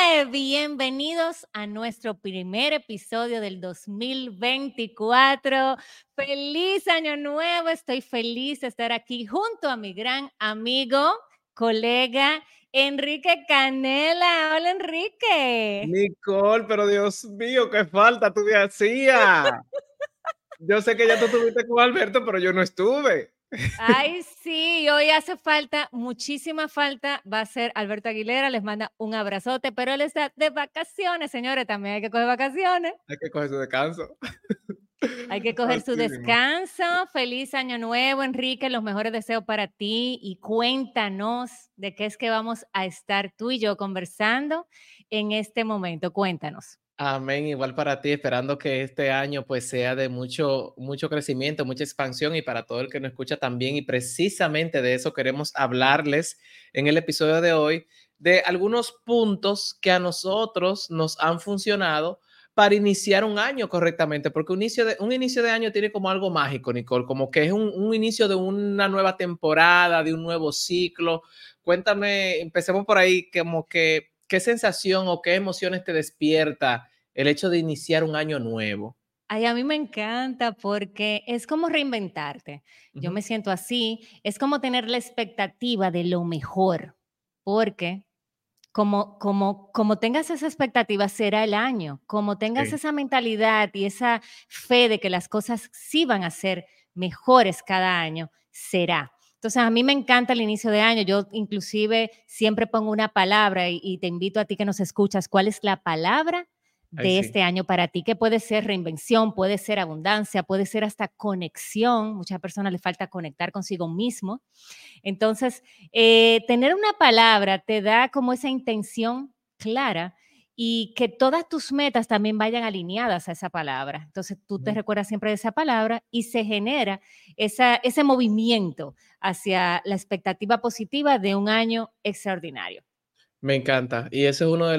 Bienvenidos a nuestro primer episodio del 2024. ¡Feliz Año Nuevo! Estoy feliz de estar aquí junto a mi gran amigo, colega, Enrique Canela. Hola, Enrique. Nicole, pero Dios mío, qué falta tú me hacías. Yo sé que ya tú estuviste con Alberto, pero yo no estuve. Ay, sí, hoy hace falta, muchísima falta, va a ser Alberto Aguilera, les manda un abrazote, pero él está de vacaciones, señores, también hay que coger vacaciones. Hay que coger su descanso. Hay que coger su Así mismo. descanso. Feliz año nuevo, Enrique. Los mejores deseos para ti y cuéntanos de qué es que vamos a estar tú y yo conversando en este momento. Cuéntanos. Amén, igual para ti, esperando que este año pues sea de mucho crecimiento, mucha expansión y para todo el que nos escucha también. Y precisamente de eso queremos hablarles en el episodio de hoy, de algunos puntos que a nosotros nos han funcionado para iniciar un año correctamente, porque un inicio de año tiene como algo mágico, Nicole, como que es un inicio de una nueva temporada, de un nuevo ciclo. Cuéntame, empecemos por ahí, como que, ¿qué sensación o qué emociones te despierta el hecho de iniciar un año nuevo? Ay, a mí me encanta porque es como reinventarte. Yo Ujú. me siento así. Es como tener la expectativa de lo mejor, porque como tengas esa expectativa, será el año. Como tengas Sí, esa mentalidad y esa fe de que las cosas sí van a ser mejores cada año, será. Entonces, a mí me encanta el inicio de año. Yo inclusive siempre pongo una palabra y te invito a ti que nos escuchas. ¿Cuál es la palabra ahí de sí. este año para ti? Que puede ser reinvención, puede ser abundancia, puede ser hasta conexión. Muchas personas les falta conectar consigo mismo. Entonces, tener una palabra te da como esa intención clara y que todas tus metas también vayan alineadas a esa palabra. Entonces, tú te Ujú. recuerdas siempre de esa palabra y se genera ese movimiento hacia la expectativa positiva de un año extraordinario. Me encanta. Y ese es uno de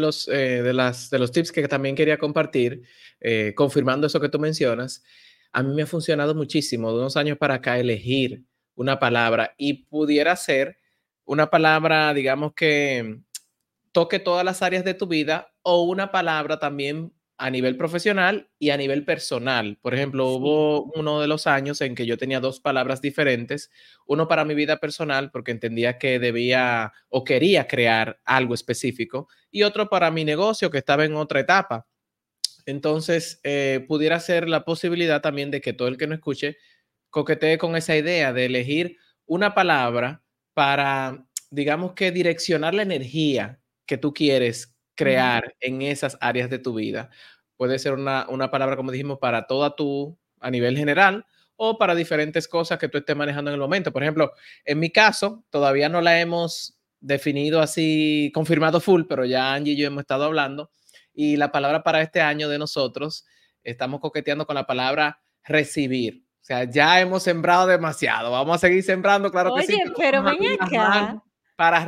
de los tips que también quería compartir, confirmando eso que tú mencionas. A mí me ha funcionado muchísimo de unos años para acá elegir una palabra y pudiera ser una palabra, digamos que toque todas las áreas de tu vida o una palabra también a nivel profesional y a nivel personal. Por ejemplo, Sí. hubo uno de los años en que yo tenía dos palabras diferentes, uno para mi vida personal porque entendía que debía o quería crear algo específico y otro para mi negocio que estaba en otra etapa. Entonces, pudiera ser la posibilidad también de que todo el que no escuche coquetee con esa idea de elegir una palabra para, digamos que direccionar la energía que tú quieres Ujú. crear en esas áreas de tu vida. Puede ser una palabra, como dijimos, para toda tu, a nivel general, o para diferentes cosas que tú estés manejando en el momento. Por ejemplo, en mi caso, todavía no la hemos definido así, confirmado full, pero ya Angie y yo hemos estado hablando. Y la palabra para este año de nosotros, estamos coqueteando con la palabra recibir. O sea, ya hemos sembrado demasiado. Vamos a seguir sembrando, claro que sí, Oye, pero pero vamos a ven abrir las acá, manos para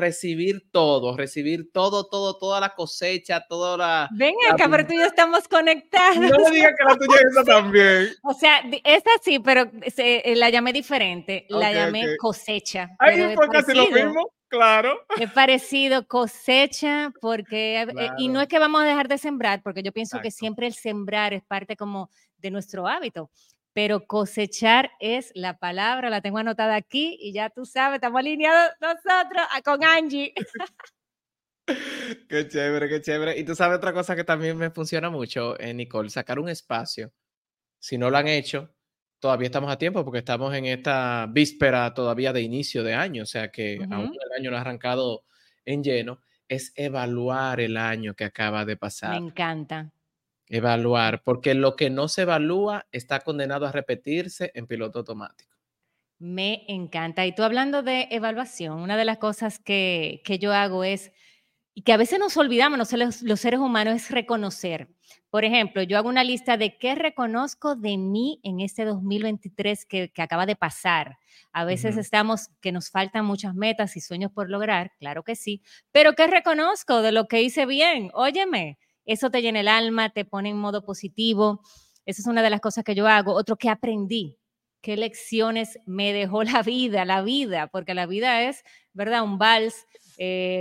recibir todo, toda la cosecha, ven la acá, pero tú y yo estamos conectados. no me digas que la tuya es esa también. O sea, esta sí, pero la llamé diferente, la Ok, ok. llamé cosecha, pero Ahí fue casi lo mismo, claro. es parecido cosecha porque, y no Claro, es que vamos a dejar de sembrar, porque yo pienso que exacto. siempre el sembrar es parte como de nuestro hábito, pero cosechar es la palabra, la tengo anotada aquí y ya tú sabes, estamos alineados nosotros con Angie. Qué chévere, qué chévere. Y tú sabes otra cosa que también me funciona mucho, Nicole, sacar un espacio. Si no lo han hecho, todavía estamos a tiempo porque estamos en esta víspera todavía de inicio de año, o sea que aún Ujú. el año no ha arrancado en lleno, es evaluar el año que acaba de Me pasar. encanta. Evaluar, porque lo que no se evalúa está condenado a repetirse en piloto automático. Me encanta. Y tú hablando de evaluación, una de las cosas que yo hago es, y que a veces nos olvidamos, no sé, los seres humanos, es reconocer. Por ejemplo, yo hago una lista de qué reconozco de mí en este 2023 que acaba de pasar. A veces Ujú. estamos que nos faltan muchas metas y sueños por lograr, claro que sí, pero ¿qué reconozco de lo que hice bien? Óyeme, eso te llena el alma, te pone en modo positivo. Esa es una de las cosas que yo hago. Otro que aprendí, qué lecciones me dejó la vida, porque la vida es, ¿verdad? Un vals.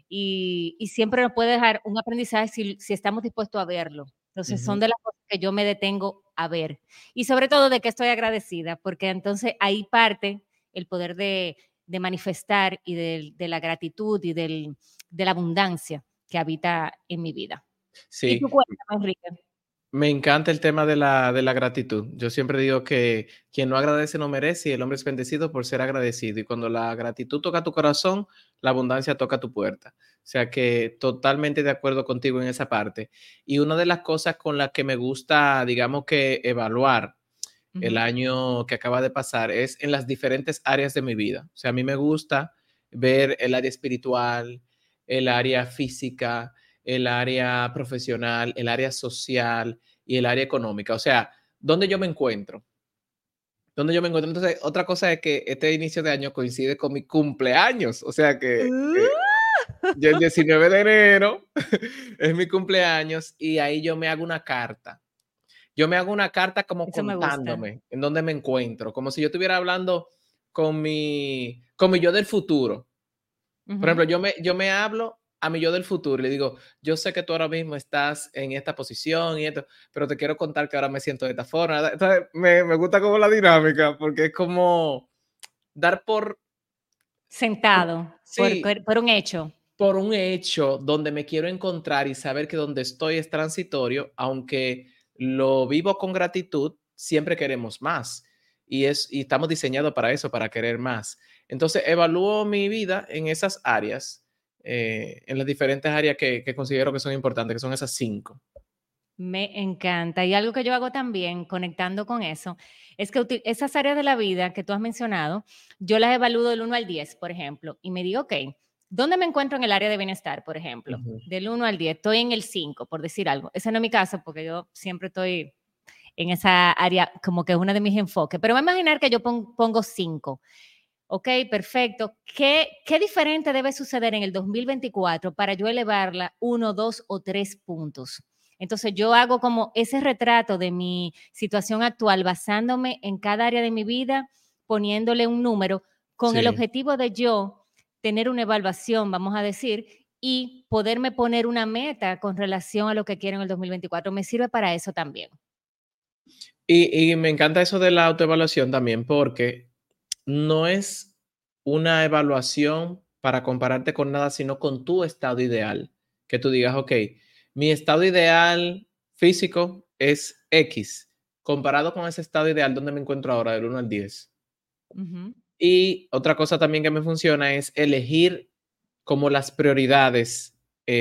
y siempre nos puede dejar un aprendizaje si estamos dispuestos a verlo. Entonces, son Ujú. de las cosas que yo me detengo a ver. Y sobre todo de que estoy agradecida, porque entonces ahí parte el poder de manifestar y de la gratitud y de la abundancia que habita en mi vida. Y Sí. tú cuéntame, Enrique. Me encanta el tema de la gratitud. Yo siempre digo que quien no agradece no merece y el hombre es bendecido por ser agradecido. Y cuando la gratitud toca tu corazón, la abundancia toca tu puerta. O sea que totalmente de acuerdo contigo en esa parte. Y una de las cosas con las que me gusta, digamos que evaluar el Ujú. año que acaba de pasar es en las diferentes áreas de mi vida. O sea, a mí me gusta ver el área espiritual, el área física, el área profesional, el área social y el área económica. O sea, ¿dónde yo me encuentro? ¿Dónde yo me encuentro? Entonces, otra cosa es que este inicio de año coincide con mi cumpleaños. O sea que yo el 19 de enero es mi cumpleaños y ahí yo me hago una carta. Yo me hago una carta como Eso me gusta. contándome en dónde me encuentro, como si yo estuviera hablando con mi yo del futuro. Por Ujú. ejemplo, yo me hablo a mi yo del futuro y le digo, yo sé que tú ahora mismo estás en esta posición y esto, pero te quiero contar que ahora me siento de esta forma. Entonces, me gusta como la dinámica, porque es como dar Sentado sí, por un hecho. por un hecho donde me quiero encontrar y saber que donde estoy es transitorio, aunque lo vivo con gratitud, siempre queremos más. Y estamos diseñados para eso, para querer más. Entonces, evalúo mi vida en esas áreas, en las diferentes áreas que considero que son importantes, que son esas 5. Me encanta. Y algo que yo hago también, conectando con eso, es que esas áreas de la vida que tú has mencionado, yo las evalúo del 1 al 10, por ejemplo, y me digo, ok, ¿dónde me encuentro en el área de bienestar, por ejemplo? Ujú. Del 1 al 10, estoy en el 5, por decir algo. Ese no es mi caso, porque yo siempre estoy en esa área como que es uno de mis enfoques, pero vamos a imaginar que yo pongo 5. Ok, perfecto. ¿Qué diferente debe suceder en el 2024 para yo elevarla 1, 2 o 3 puntos? Entonces yo hago como ese retrato de mi situación actual basándome en cada área de mi vida, poniéndole un número con el Sí. objetivo de yo tener una evaluación, vamos a decir, y poderme poner una meta con relación a lo que quiero en el 2024. Me sirve para eso también. Y me encanta eso de la autoevaluación también, porque no es una evaluación para compararte con nada, sino con tu estado ideal. Que tú digas, ok, mi estado ideal físico es X. Comparado con ese estado ideal, ¿dónde me encuentro ahora del 1 al 10? Ujú. Y otra cosa también que me funciona es elegir como las prioridades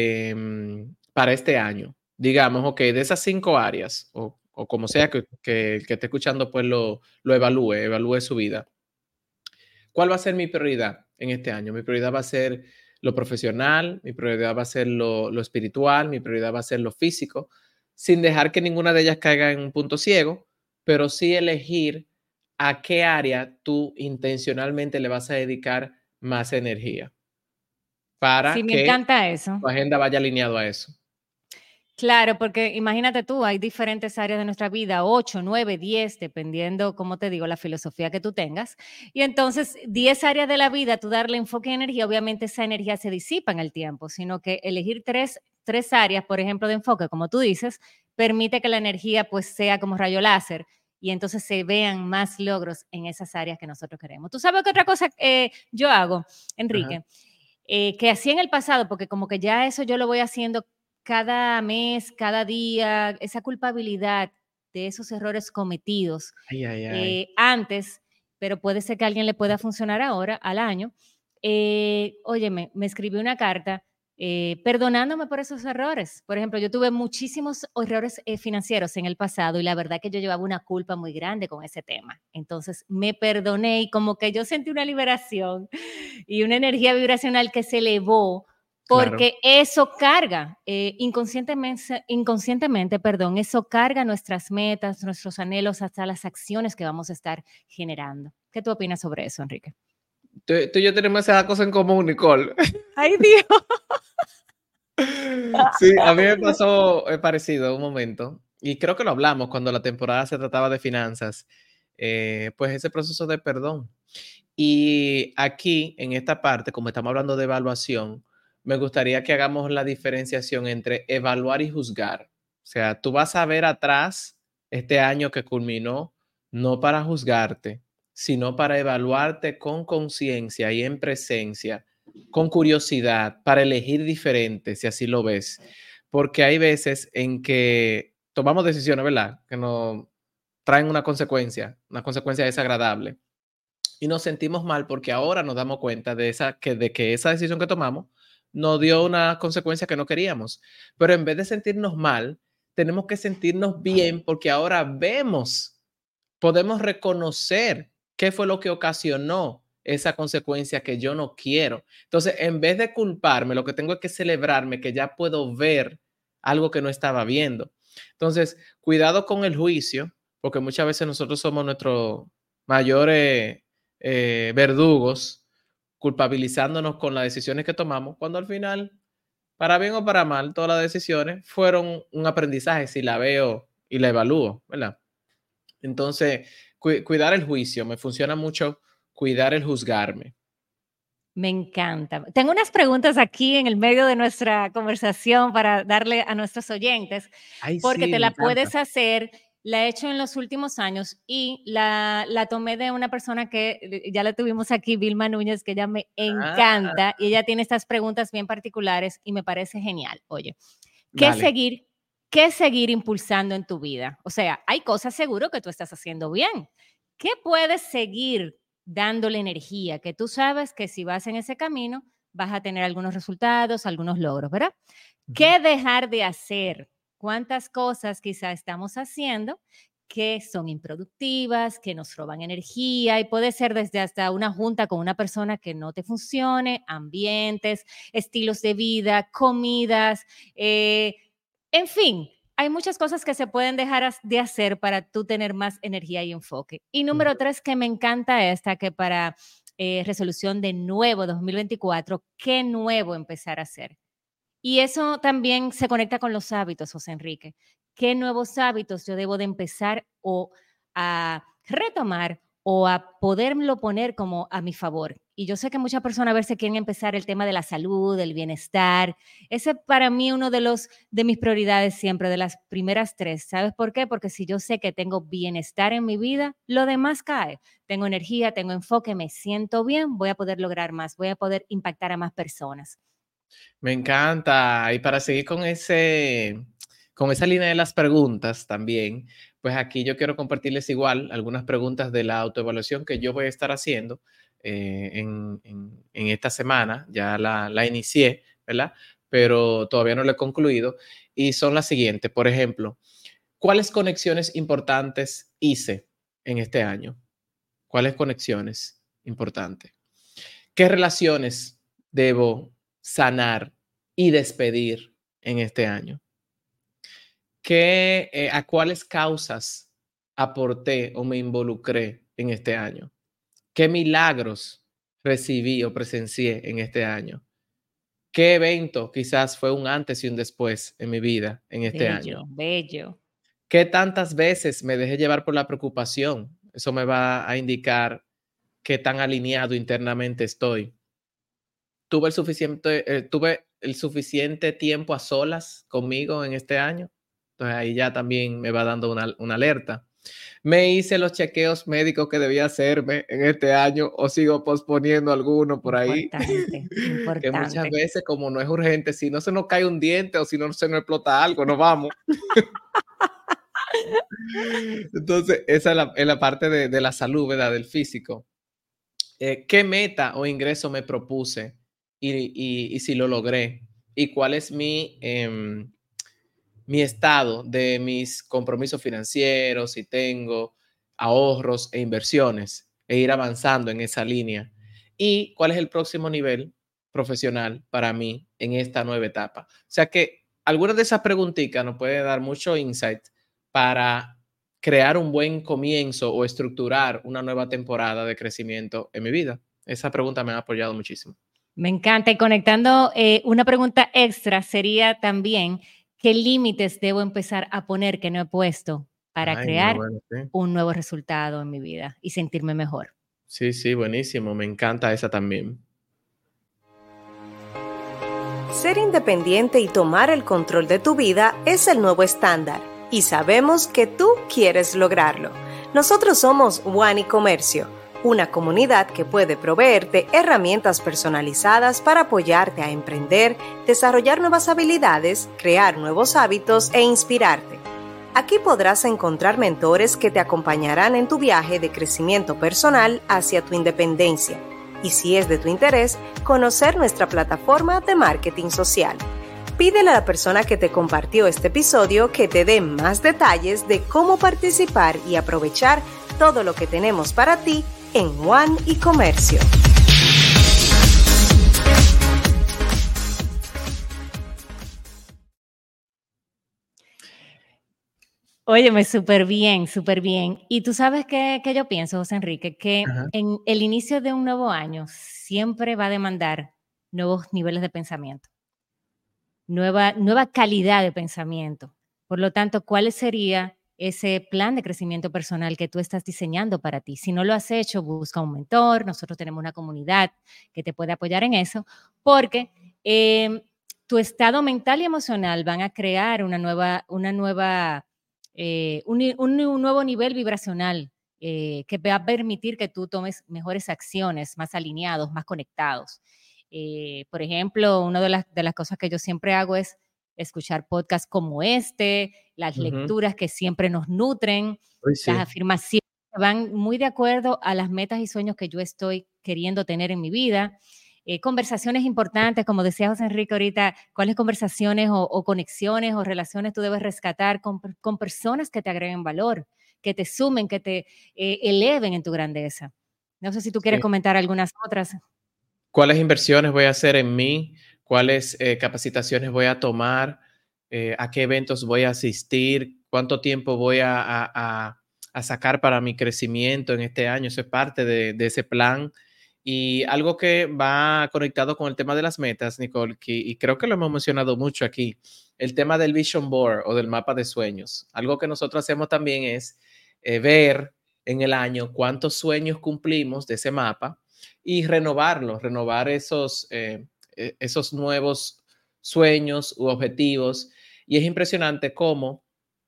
para este año. Digamos, ok, de esas 5 áreas, o como sea que el que esté escuchando, pues lo evalúe su vida. ¿Cuál va a ser mi prioridad en este año? Mi prioridad va a ser lo profesional, mi prioridad va a ser lo espiritual, mi prioridad va a ser lo físico, sin dejar que ninguna de ellas caiga en un punto ciego, pero sí elegir a qué área tú intencionalmente le vas a dedicar más energía Sí, para me que encanta eso. tu agenda vaya alineado a eso. Claro, porque imagínate tú, hay diferentes áreas de nuestra vida, 8, 9, 10, dependiendo, como te digo, la filosofía que tú tengas. Y entonces, 10 áreas de la vida, tú darle enfoque y energía, obviamente esa energía se disipa en el tiempo, sino que elegir tres áreas, por ejemplo, de enfoque, como tú dices, permite que la energía pues sea como rayo láser y entonces se vean más logros en esas áreas que nosotros queremos. ¿Tú sabes qué otra cosa yo hago, Ajá. Enrique? Que hacía en el pasado, porque como que ya eso yo lo voy haciendo cada mes, cada día, esa culpabilidad de esos errores cometidos Ay, ay, ay. antes, pero puede ser que a alguien le pueda funcionar ahora, al año. Óyeme, me escribí una carta perdonándome por esos errores. Por ejemplo, yo tuve muchísimos errores financieros en el pasado y la verdad que yo llevaba una culpa muy grande con ese tema. Entonces me perdoné y como que yo sentí una liberación y una energía vibracional que se elevó Claro. porque eso carga, inconscientemente, perdón, eso carga nuestras metas, nuestros anhelos, hasta las acciones que vamos a estar generando. ¿Qué tú opinas sobre eso, Enrique? Tú y yo tenemos esa cosa en común, Nicole. Ay, Dios. Sí, a mí me pasó parecido un momento, y creo que lo hablamos cuando la temporada se trataba de finanzas, pues ese proceso de perdón. Y aquí, en esta parte, como estamos hablando de evaluación, me gustaría que hagamos la diferenciación entre evaluar y juzgar. O sea, tú vas a ver atrás este año que culminó, no para juzgarte, sino para evaluarte con conciencia y en presencia, con curiosidad, para elegir diferente, si así lo ves. Porque hay veces en que tomamos decisiones, ¿verdad? Que nos traen una consecuencia desagradable. Y nos sentimos mal porque ahora nos damos cuenta de que esa decisión que tomamos nos dio una consecuencia que no queríamos. Pero en vez de sentirnos mal, tenemos que sentirnos bien porque ahora vemos, podemos reconocer qué fue lo que ocasionó esa consecuencia que yo no quiero. Entonces, en vez de culparme, lo que tengo es que celebrarme que ya puedo ver algo que no estaba viendo. Entonces, cuidado con el juicio, porque muchas veces nosotros somos nuestros mayores verdugos, culpabilizándonos con las decisiones que tomamos, cuando al final, para bien o para mal, todas las decisiones fueron un aprendizaje si la veo y la evalúo, ¿verdad? Entonces, cuidar el juicio, me funciona mucho cuidar el juzgarme. Me encanta. Tengo unas preguntas aquí en el medio de nuestra conversación para darle a nuestros oyentes, Ay, porque sí, te me la encanta. puedes hacer. La he hecho en los últimos años y la tomé de una persona que ya la tuvimos aquí, Vilma Núñez, que ella me Ah, encanta y ella tiene estas preguntas bien particulares y me parece genial. Oye, ¿qué dale. seguir, qué seguir impulsando en tu vida? O sea, hay cosas seguro que tú estás haciendo bien. ¿Qué puedes seguir dándole energía? Que tú sabes que si vas en ese camino vas a tener algunos resultados, algunos logros, ¿verdad? Ujú. ¿Qué dejar de hacer? ¿Cuántas cosas quizá estamos haciendo que son improductivas, que nos roban energía? Y puede ser desde hasta una junta con una persona que no te funcione, ambientes, estilos de vida, comidas, en fin, hay muchas cosas que se pueden dejar de hacer para tú tener más energía y enfoque. Y número Ujú. 3, que me encanta esta, que para resolución de nuevo 2024, ¿qué nuevo empezar a hacer? Y eso también se conecta con los hábitos, José Enrique. ¿Qué nuevos hábitos yo debo de empezar o a retomar o a poderlo poner como a mi favor? Y yo sé que muchas personas a veces quieren empezar el tema de la salud, del bienestar. Ese para mí uno de mis prioridades siempre, de las primeras tres. ¿Sabes por qué? Porque si yo sé que tengo bienestar en mi vida, lo demás cae. Tengo energía, tengo enfoque, me siento bien, voy a poder lograr más, voy a poder impactar a más personas. Me encanta. Y para seguir con esa línea de las preguntas también, pues aquí yo quiero compartirles igual algunas preguntas de la autoevaluación que yo voy a estar haciendo en esta semana. Ya la inicié, ¿verdad? Pero todavía no la he concluido. Y son las siguientes. Por ejemplo, ¿cuáles conexiones importantes hice en este año? ¿Cuáles conexiones importantes? ¿Qué relaciones debo sanar y despedir en este año? ¿A cuáles causas aporté o me involucré en este año? ¿Qué milagros recibí o presencié en este año? ¿Qué evento quizás fue un antes y un después en mi vida en este año? Bello, bello. ¿Qué tantas veces me dejé llevar por la preocupación? Eso me va a indicar qué tan alineado internamente estoy. Tuve el suficiente tiempo a solas conmigo en este año. Entonces ahí ya también me va dando una alerta. Me hice los chequeos médicos que debía hacerme en este año o sigo posponiendo alguno por ahí, Importante, que muchas importante. veces como no es urgente, si no se nos cae un diente o si no se nos explota algo, nos vamos. Entonces esa es la parte de la salud, ¿verdad? Del físico. ¿Qué meta o ingreso me propuse y si lo logré? ¿Y cuál es mi estado de mis compromisos financieros? Si tengo ahorros e inversiones e ir avanzando en esa línea. ¿Y cuál es el próximo nivel profesional para mí en esta nueva etapa? O sea que algunas de esas preguntitas nos pueden dar mucho insight para crear un buen comienzo o estructurar una nueva temporada de crecimiento en mi vida. Esa pregunta me ha apoyado muchísimo. Me encanta. Y conectando, una pregunta extra sería también, ¿qué límites debo empezar a poner que no he puesto para Ay, muy crear bueno, sí. un nuevo resultado en mi vida y sentirme mejor? Sí, sí, buenísimo. Me encanta esa también. Ser independiente y tomar el control de tu vida es el nuevo estándar y sabemos que tú quieres lograrlo. Nosotros somos One Comercio, una comunidad que puede proveerte herramientas personalizadas para apoyarte a emprender, desarrollar nuevas habilidades, crear nuevos hábitos e inspirarte. Aquí podrás encontrar mentores que te acompañarán en tu viaje de crecimiento personal hacia tu independencia. Y si es de tu interés, conocer nuestra plataforma de marketing social. Pídele a la persona que te compartió este episodio que te dé más detalles de cómo participar y aprovechar todo lo que tenemos para ti en One Comercio. Óyeme, súper bien, súper bien. Y tú sabes que yo pienso, José Enrique, que Ajá. en el inicio de un nuevo año siempre va a demandar nuevos niveles de pensamiento, nueva calidad de pensamiento. Por lo tanto, ¿cuál sería ese plan de crecimiento personal que tú estás diseñando para ti? Si no lo has hecho, busca un mentor. Nosotros tenemos una comunidad que te puede apoyar en eso, porque tu estado mental y emocional van a crear un nuevo nivel vibracional que va a permitir que tú tomes mejores acciones, más alineados, más conectados. Por ejemplo, una de las cosas que yo siempre hago es escuchar podcasts como este, las Ujú. lecturas que siempre nos nutren, Uy, las sí. afirmaciones que van muy de acuerdo a las metas y sueños que yo estoy queriendo tener en mi vida. Conversaciones importantes, como decía José Enrique ahorita, cuáles conversaciones o conexiones o relaciones tú debes rescatar con personas que te agreguen valor, que te sumen, que te eleven en tu grandeza. No sé si tú quieres Sí. comentar algunas otras. ¿Cuáles inversiones voy a hacer en mí? ¿Cuáles capacitaciones voy a tomar? ¿A qué eventos voy a asistir? ¿Cuánto tiempo voy a sacar para mi crecimiento en este año? Eso es parte de ese plan. Y algo que va conectado con el tema de las metas, Nicole, y creo que lo hemos mencionado mucho aquí, el tema del vision board o del mapa de sueños. Algo que nosotros hacemos también es ver en el año cuántos sueños cumplimos de ese mapa y renovar esos nuevos sueños u objetivos. Y es impresionante cómo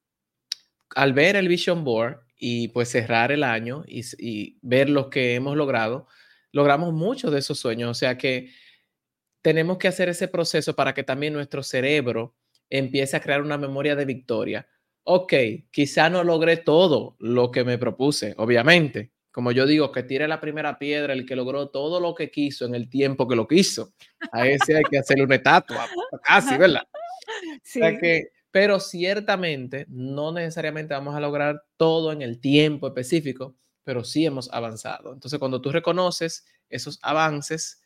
al ver el Vision Board y pues cerrar el año y ver lo que hemos logrado, logramos muchos de esos sueños. O sea que tenemos que hacer ese proceso para que también nuestro cerebro empiece a crear una memoria de victoria. Ok, quizá no logré todo lo que me propuse, obviamente. Como yo digo, que tire la primera piedra el que logró todo lo que quiso en el tiempo que lo quiso. A ese hay que hacerle una estatua, casi, ¿verdad? O sea Sí. que, pero ciertamente no necesariamente vamos a lograr todo en el tiempo específico, pero sí hemos avanzado. Entonces, cuando tú reconoces esos avances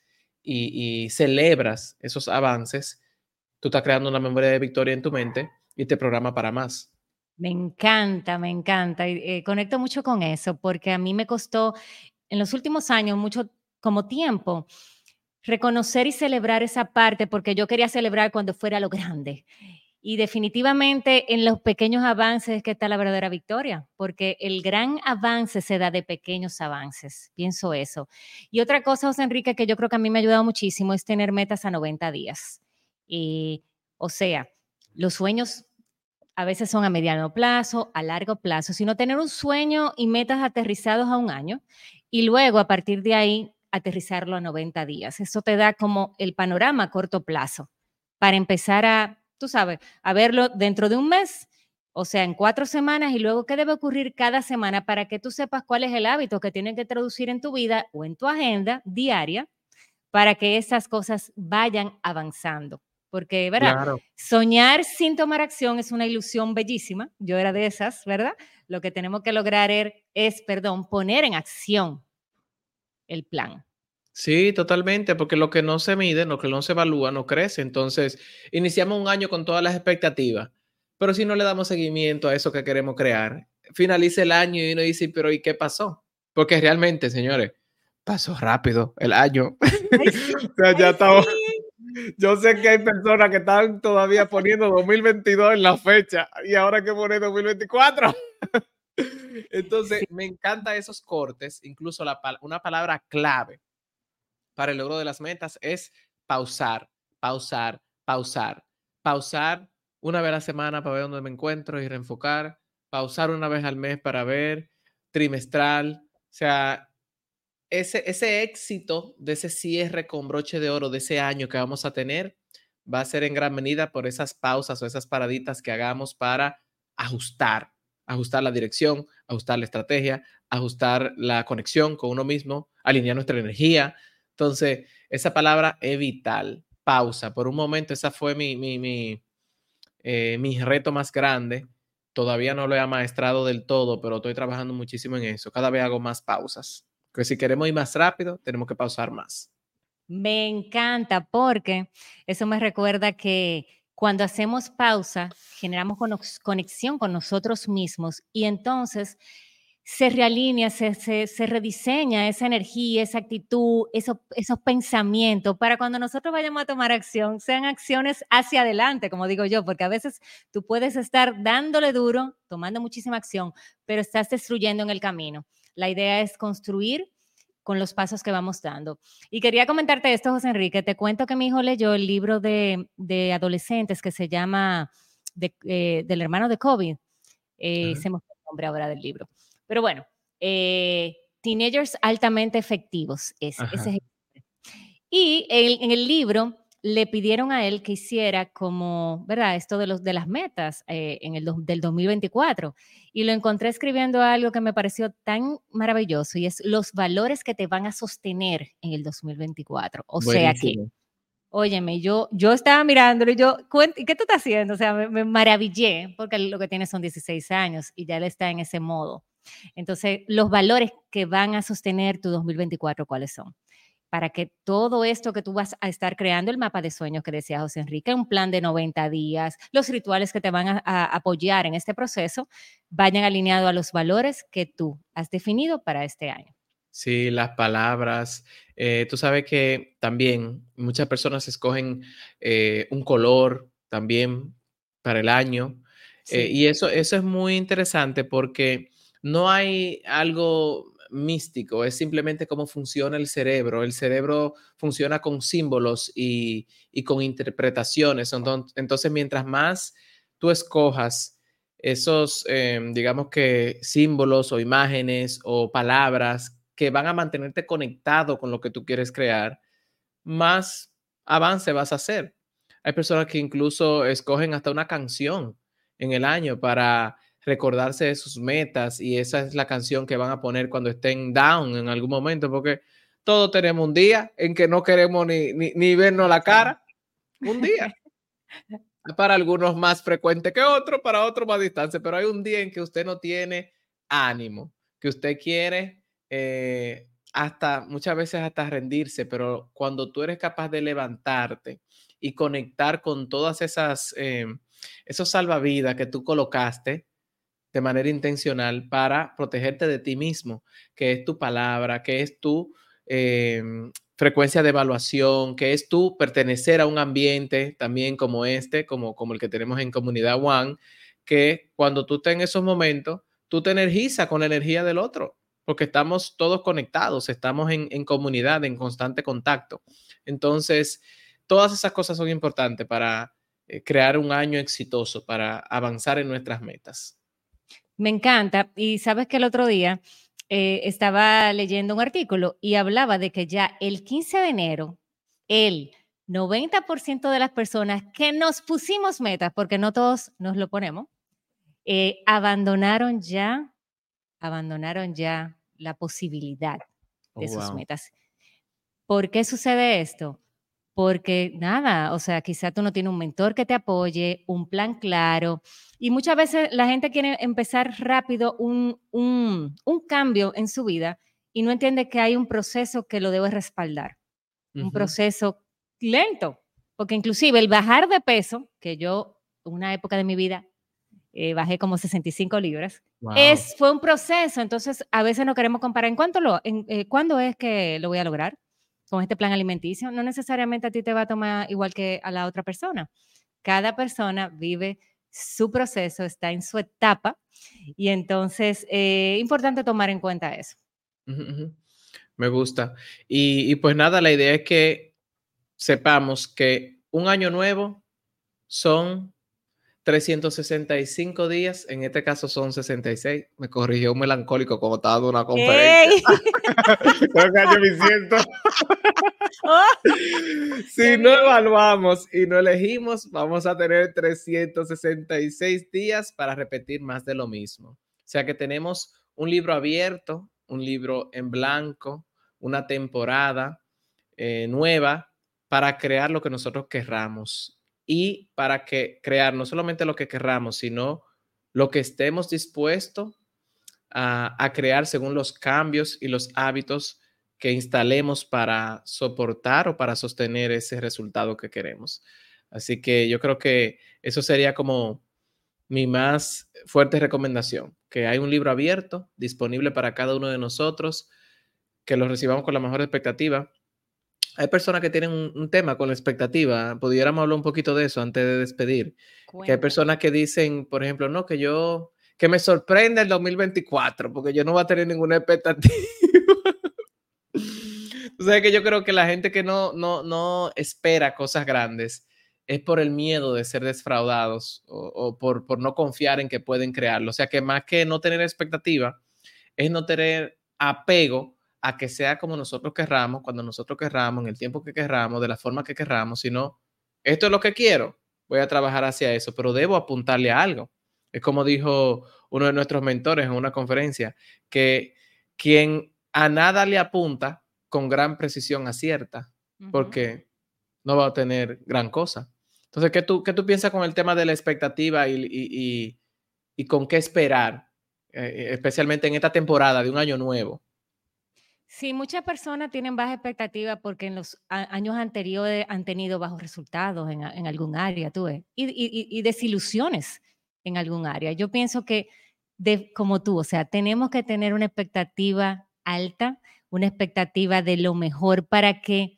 y celebras esos avances, tú estás creando una memoria de victoria en tu mente y te programa para más. Me encanta, me encanta. Y, conecto mucho con eso, porque a mí me costó en los últimos años mucho como tiempo reconocer y celebrar esa parte, porque yo quería celebrar cuando fuera lo grande. Y definitivamente en los pequeños avances es que está la verdadera victoria, porque el gran avance se da de pequeños avances, pienso eso. Y otra cosa, José Enrique, que yo creo que a mí me ha ayudado muchísimo es tener metas a 90 días. Y, o sea, los sueños a veces son a mediano plazo, a largo plazo, sino tener un sueño y metas aterrizados a un año y luego a partir de ahí aterrizarlo a 90 días. Eso te da como el panorama a corto plazo para empezar a, tú sabes, a verlo dentro de un mes, o sea, en 4 semanas y luego qué debe ocurrir cada semana para que tú sepas cuál es el hábito que tienes que traducir en tu vida o en tu agenda diaria para que esas cosas vayan avanzando. Porque, ¿verdad? Claro. Soñar sin tomar acción es una ilusión bellísima. Yo era de esas, ¿verdad? Lo que tenemos que lograr perdón, poner en acción el plan. Sí, totalmente, porque lo que no se mide, lo que no se evalúa, no crece. Entonces, iniciamos un año con todas las expectativas, pero si no le damos seguimiento a eso que queremos crear, finaliza el año y uno dice, pero ¿y qué pasó? Porque realmente, señores, pasó rápido el año. Ay, sí, O sea, ya ay, estamos. sí. Yo sé que hay personas que están todavía poniendo 2022 en la fecha y ahora hay que poner 2024. Entonces, Sí, me encantan esos cortes, incluso una palabra clave para el logro de las metas es pausar, pausar, pausar. Pausar una vez a la semana para ver dónde me encuentro y reenfocar. Pausar una vez al mes para ver, trimestral. O sea, ese éxito de ese cierre con broche de oro de ese año que vamos a tener va a ser en gran medida por esas pausas o esas paraditas que hagamos para ajustar la dirección, ajustar la estrategia, ajustar la conexión con uno mismo, alinear nuestra energía. Entonces, esa palabra es vital. Pausa. Por un momento, esa fue mi reto más grande. Todavía no lo he amaestrado del todo, pero estoy trabajando muchísimo en eso. Cada vez hago más pausas. Que si queremos ir más rápido, tenemos que pausar más. Me encanta porque eso me recuerda que cuando hacemos pausa, generamos conexión con nosotros mismos y entonces se realinea, se rediseña esa energía, esa actitud, esos pensamientos para cuando nosotros vayamos a tomar acción, sean acciones hacia adelante, como digo yo, porque a veces tú puedes estar dándole duro, tomando muchísima acción, pero estás destruyendo en el camino. La idea es construir con los pasos que vamos dando. Y quería comentarte esto, José Enrique. Te cuento que mi hijo leyó el libro de adolescentes que se llama del hermano de Kobe. Se me fue el nombre ahora del libro. Pero bueno, Teenagers altamente efectivos. Ese es el. Y en el libro le pidieron a él que hiciera como, ¿verdad? Esto de las metas del 2024. Y lo encontré escribiendo algo que me pareció tan maravilloso y es los valores que te van a sostener en el 2024. O sea que, Buenísimo. óyeme, yo estaba mirándolo y yo, ¿y qué tú estás haciendo? O sea, me maravillé porque lo que tiene son 16 años y ya él está en ese modo. Entonces, los valores que van a sostener tu 2024, ¿cuáles son? Para que todo esto que tú vas a estar creando, el mapa de sueños que decía José Enrique, un plan de 90 días, los rituales que te van a apoyar en este proceso, vayan alineados a los valores que tú has definido para este año. Sí, las palabras. Tú sabes que también muchas personas escogen un color también para el año. Sí. Y eso es muy interesante porque no hay algo místico, es simplemente cómo funciona el cerebro. El cerebro funciona con símbolos y con interpretaciones. Entonces, mientras más tú escojas esos, digamos que símbolos o imágenes o palabras que van a mantenerte conectado con lo que tú quieres crear, más avance vas a hacer. Hay personas que incluso escogen hasta una canción en el año para recordarse de sus metas y esa es la canción que van a poner cuando estén down en algún momento, porque todos tenemos un día en que no queremos ni vernos la cara, un día. Para algunos más frecuente que otro, para otros más distante, pero hay un día en que usted no tiene ánimo, que usted quiere hasta muchas veces hasta rendirse, pero cuando tú eres capaz de levantarte y conectar con todas esos salvavidas que tú colocaste de manera intencional para protegerte de ti mismo, que es tu palabra, que es tu frecuencia de evaluación, que es tu pertenecer a un ambiente también como como el que tenemos en Comunidad One, que cuando tú estás en esos momentos, tú te energizas con la energía del otro, porque estamos todos conectados, estamos en comunidad, en constante contacto. Entonces, todas esas cosas son importantes para crear un año exitoso, para avanzar en nuestras metas. Me encanta. Y sabes que el otro día estaba leyendo un artículo y hablaba de que ya el 15 de enero, el 90% de las personas que nos pusimos metas, porque no todos nos lo ponemos, abandonaron ya la posibilidad de sus metas. ¿Por qué sucede esto? Porque nada, o sea, quizá tú no tienes un mentor que te apoye, un plan claro, y muchas veces la gente quiere empezar rápido un cambio en su vida y no entiende que hay un proceso que lo debe respaldar, un proceso lento, porque inclusive el bajar de peso, que yo, una época de mi vida, bajé como 65 libras, Wow. fue un proceso, entonces a veces no queremos comparar ¿cuándo es que lo voy a lograr? Con este plan alimenticio, no necesariamente a ti te va a tomar igual que a la otra persona. Cada persona vive su proceso, está en su etapa y entonces es importante tomar en cuenta eso. Me gusta. Y pues nada, la idea es que sepamos que un año nuevo son 365 días, en este caso son 66. Me corrigió un melancólico como estaba dando una conferencia. ¡Ey! Creo que yo me siento. Oh, Si qué no bien. evaluamos y no elegimos, vamos a tener 366 días para repetir más de lo mismo. O sea que tenemos un libro abierto, un libro en blanco, una temporada nueva para crear lo que nosotros querramos y para que crear no solamente lo que querramos, sino lo que estemos dispuestos a crear según los cambios y los hábitos que instalemos para soportar o para sostener ese resultado que queremos. Así que yo creo que eso sería como mi más fuerte recomendación, que hay un libro abierto disponible para cada uno de nosotros, que lo recibamos con la mejor expectativa. Hay personas que tienen un tema con la expectativa. Pudiéramos hablar un poquito de eso antes de despedir. Que hay Cuéntame. personas que dicen, por ejemplo, no, que me sorprende el 2024 porque yo no voy a tener ninguna expectativa. O sea, que yo creo que la gente que no espera cosas grandes es por el miedo de ser defraudados o por no confiar en que pueden crearlo. O sea, que más que no tener expectativa, es no tener apego a que sea como nosotros querramos, cuando nosotros querramos, en el tiempo que querramos, de la forma que querramos, sino esto es lo que quiero, voy a trabajar hacia eso, pero debo apuntarle a algo. Es como dijo uno de nuestros mentores en una conferencia, que quien a nada le apunta, con gran precisión acierta, Ujú. porque no va a tener gran cosa. Entonces, ¿qué tú piensas con el tema de la expectativa y con qué esperar, especialmente en esta temporada de un año nuevo? Sí, muchas personas tienen baja expectativa porque en los años anteriores han tenido bajos resultados en algún área, tú ves, y desilusiones en algún área. Yo pienso que, como tú, o sea, tenemos que tener una expectativa alta, una expectativa de lo mejor para que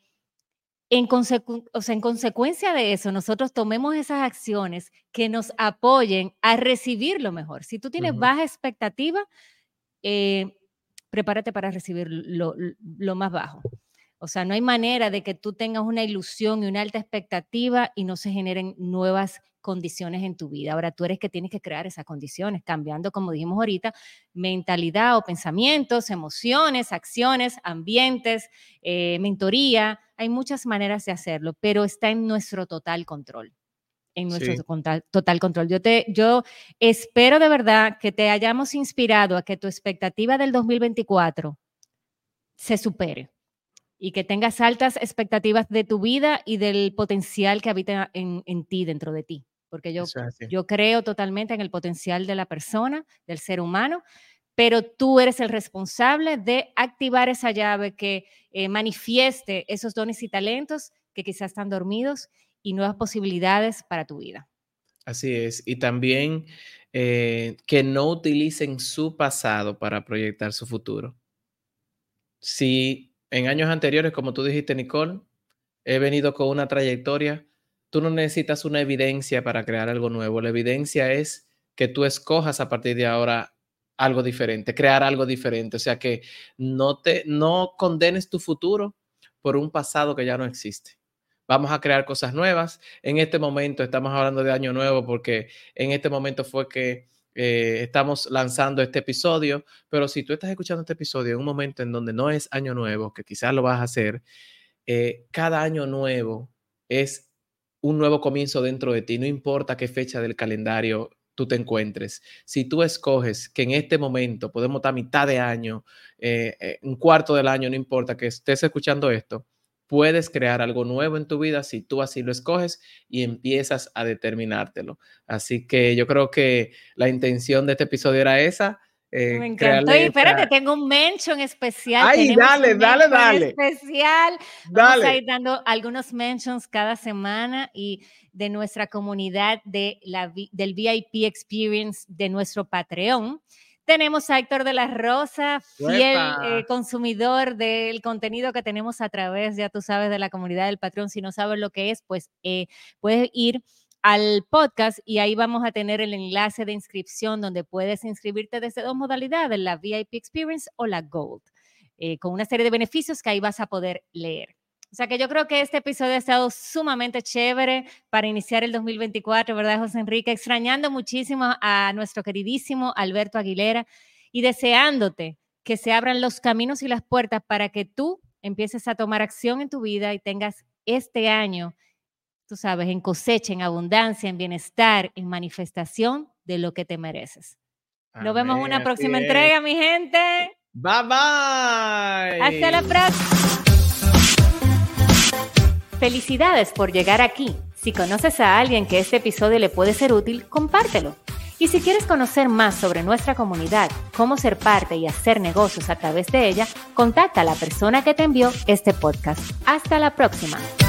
o sea, en consecuencia de eso, nosotros tomemos esas acciones que nos apoyen a recibir lo mejor. Si tú tienes Ujú. baja expectativa, eh, prepárate para recibir lo más bajo. O sea, no hay manera de que tú tengas una ilusión y una alta expectativa y no se generen nuevas condiciones en tu vida. Ahora tú eres que tienes que crear esas condiciones, cambiando, como dijimos ahorita, mentalidad o pensamientos, emociones, acciones, ambientes, mentoría. Hay muchas maneras de hacerlo, pero está en nuestro total control. En nuestro Sí, total control. Yo espero de verdad que te hayamos inspirado a que tu expectativa del 2024 se supere y que tengas altas expectativas de tu vida y del potencial que habita en ti, dentro de ti. Porque eso es así. yo creo totalmente en el potencial de la persona, del ser humano, pero tú eres el responsable de activar esa llave que manifieste esos dones y talentos que quizás están dormidos y nuevas posibilidades para tu vida. Así es. Y también que no utilicen su pasado para proyectar su futuro. Si en años anteriores, como tú dijiste, Nicole, he venido con una trayectoria, tú no necesitas una evidencia para crear algo nuevo. La evidencia es que tú escojas a partir de ahora algo diferente, crear algo diferente. O sea que no condenes tu futuro por un pasado que ya no existe. Vamos a crear cosas nuevas. En este momento estamos hablando de año nuevo porque en este momento fue que estamos lanzando este episodio, pero si tú estás escuchando este episodio en un momento en donde no es año nuevo, que quizás lo vas a hacer, cada año nuevo es un nuevo comienzo dentro de ti, no importa qué fecha del calendario tú te encuentres. Si tú escoges que en este momento podemos estar a mitad de año, un cuarto del año, no importa que estés escuchando esto, puedes crear algo nuevo en tu vida si tú así lo escoges y empiezas a determinártelo. Así que yo creo que la intención de este episodio era esa, Me encantó. Y crearle espérate, esa... tengo un mention especial. ¡Ay, Tenemos dale, un dale, mention dale! especial. Vamos a Dale. ir dando algunos mentions cada semana y de nuestra comunidad del VIP Experience de nuestro Patreon. Tenemos a Héctor de la Rosa, fiel ¡Uepa! consumidor del contenido que tenemos a través, ya tú sabes, de la comunidad del Patreon. Si no sabes lo que es, pues puedes ir al podcast y ahí vamos a tener el enlace de inscripción donde puedes inscribirte desde dos modalidades, la VIP Experience o la Gold, con una serie de beneficios que ahí vas a poder leer. O sea que yo creo que este episodio ha estado sumamente chévere para iniciar el 2024, ¿verdad, José Enrique? Extrañando muchísimo a nuestro queridísimo Alberto Aguilera y deseándote que se abran los caminos y las puertas para que tú empieces a tomar acción en tu vida y tengas este año, tú sabes, en cosecha, en abundancia, en bienestar, en manifestación de lo que te mereces. Nos vemos en una próxima entrega, mi gente. Bye, bye. Hasta la próxima. Felicidades por llegar aquí. Si conoces a alguien que este episodio le puede ser útil, compártelo. Y si quieres conocer más sobre nuestra comunidad, cómo ser parte y hacer negocios a través de ella, contacta a la persona que te envió este podcast. Hasta la próxima.